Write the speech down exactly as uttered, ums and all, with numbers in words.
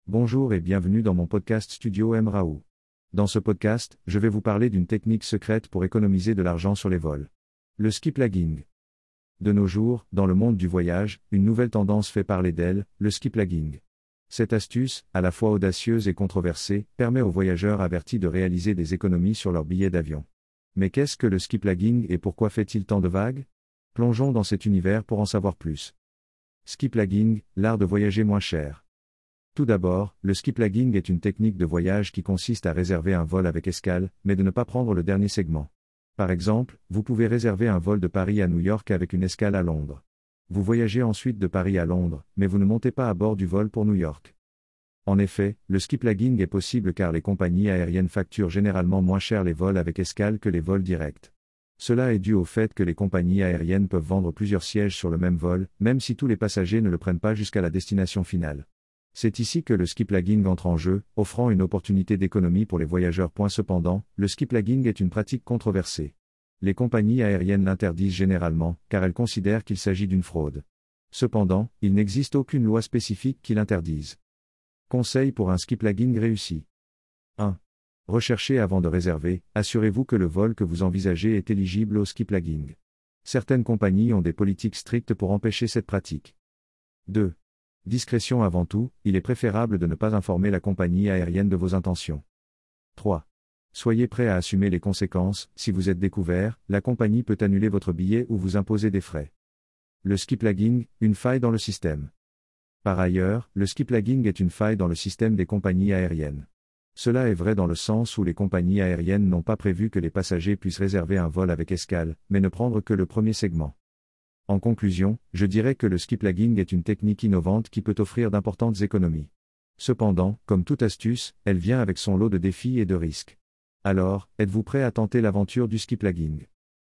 Bonjour et bienvenue dans mon podcast Studio M. Raoult. Dans ce podcast, je vais vous parler d'une technique secrète pour économiser de l'argent sur les vols. Le skip lagging. De nos jours, dans le monde du voyage, une nouvelle tendance fait parler d'elle, le skip lagging. Cette astuce, à la fois audacieuse et controversée, permet aux voyageurs avertis de réaliser des économies sur leurs billets d'avion. Mais qu'est-ce que le skip lagging et pourquoi fait-il tant de vagues ? Plongeons dans cet univers pour en savoir plus. Skip lagging, l'art de voyager moins cher. Tout d'abord, le skip lagging est une technique de voyage qui consiste à réserver un vol avec escale, mais de ne pas prendre le dernier segment. Par exemple, vous pouvez réserver un vol de Paris à New York avec une escale à Londres. Vous voyagez ensuite de Paris à Londres, mais vous ne montez pas à bord du vol pour New York. En effet, le skip lagging est possible car les compagnies aériennes facturent généralement moins cher les vols avec escale que les vols directs. Cela est dû au fait que les compagnies aériennes peuvent vendre plusieurs sièges sur le même vol, même si tous les passagers ne le prennent pas jusqu'à la destination finale. C'est ici que le skip lagging entre en jeu, offrant une opportunité d'économie pour les voyageurs. Cependant, le skip lagging est une pratique controversée. Les compagnies aériennes l'interdisent généralement, car elles considèrent qu'il s'agit d'une fraude. Cependant, il n'existe aucune loi spécifique qui l'interdise. Conseil pour un skip lagging réussi. un. Recherchez avant de réserver, assurez-vous que le vol que vous envisagez est éligible au skip lagging. Certaines compagnies ont des politiques strictes pour empêcher cette pratique. deux. Discrétion avant tout, il est préférable de ne pas informer la compagnie aérienne de vos intentions. trois. Soyez prêt à assumer les conséquences, si vous êtes découvert, la compagnie peut annuler votre billet ou vous imposer des frais. Le skip lagging, une faille dans le système. Par ailleurs, le skip lagging est une faille dans le système des compagnies aériennes. Cela est vrai dans le sens où les compagnies aériennes n'ont pas prévu que les passagers puissent réserver un vol avec escale, mais ne prendre que le premier segment. En conclusion, je dirais que le skip lagging est une technique innovante qui peut offrir d'importantes économies. Cependant, comme toute astuce, elle vient avec son lot de défis et de risques. Alors, êtes-vous prêt à tenter l'aventure du skip lagging ?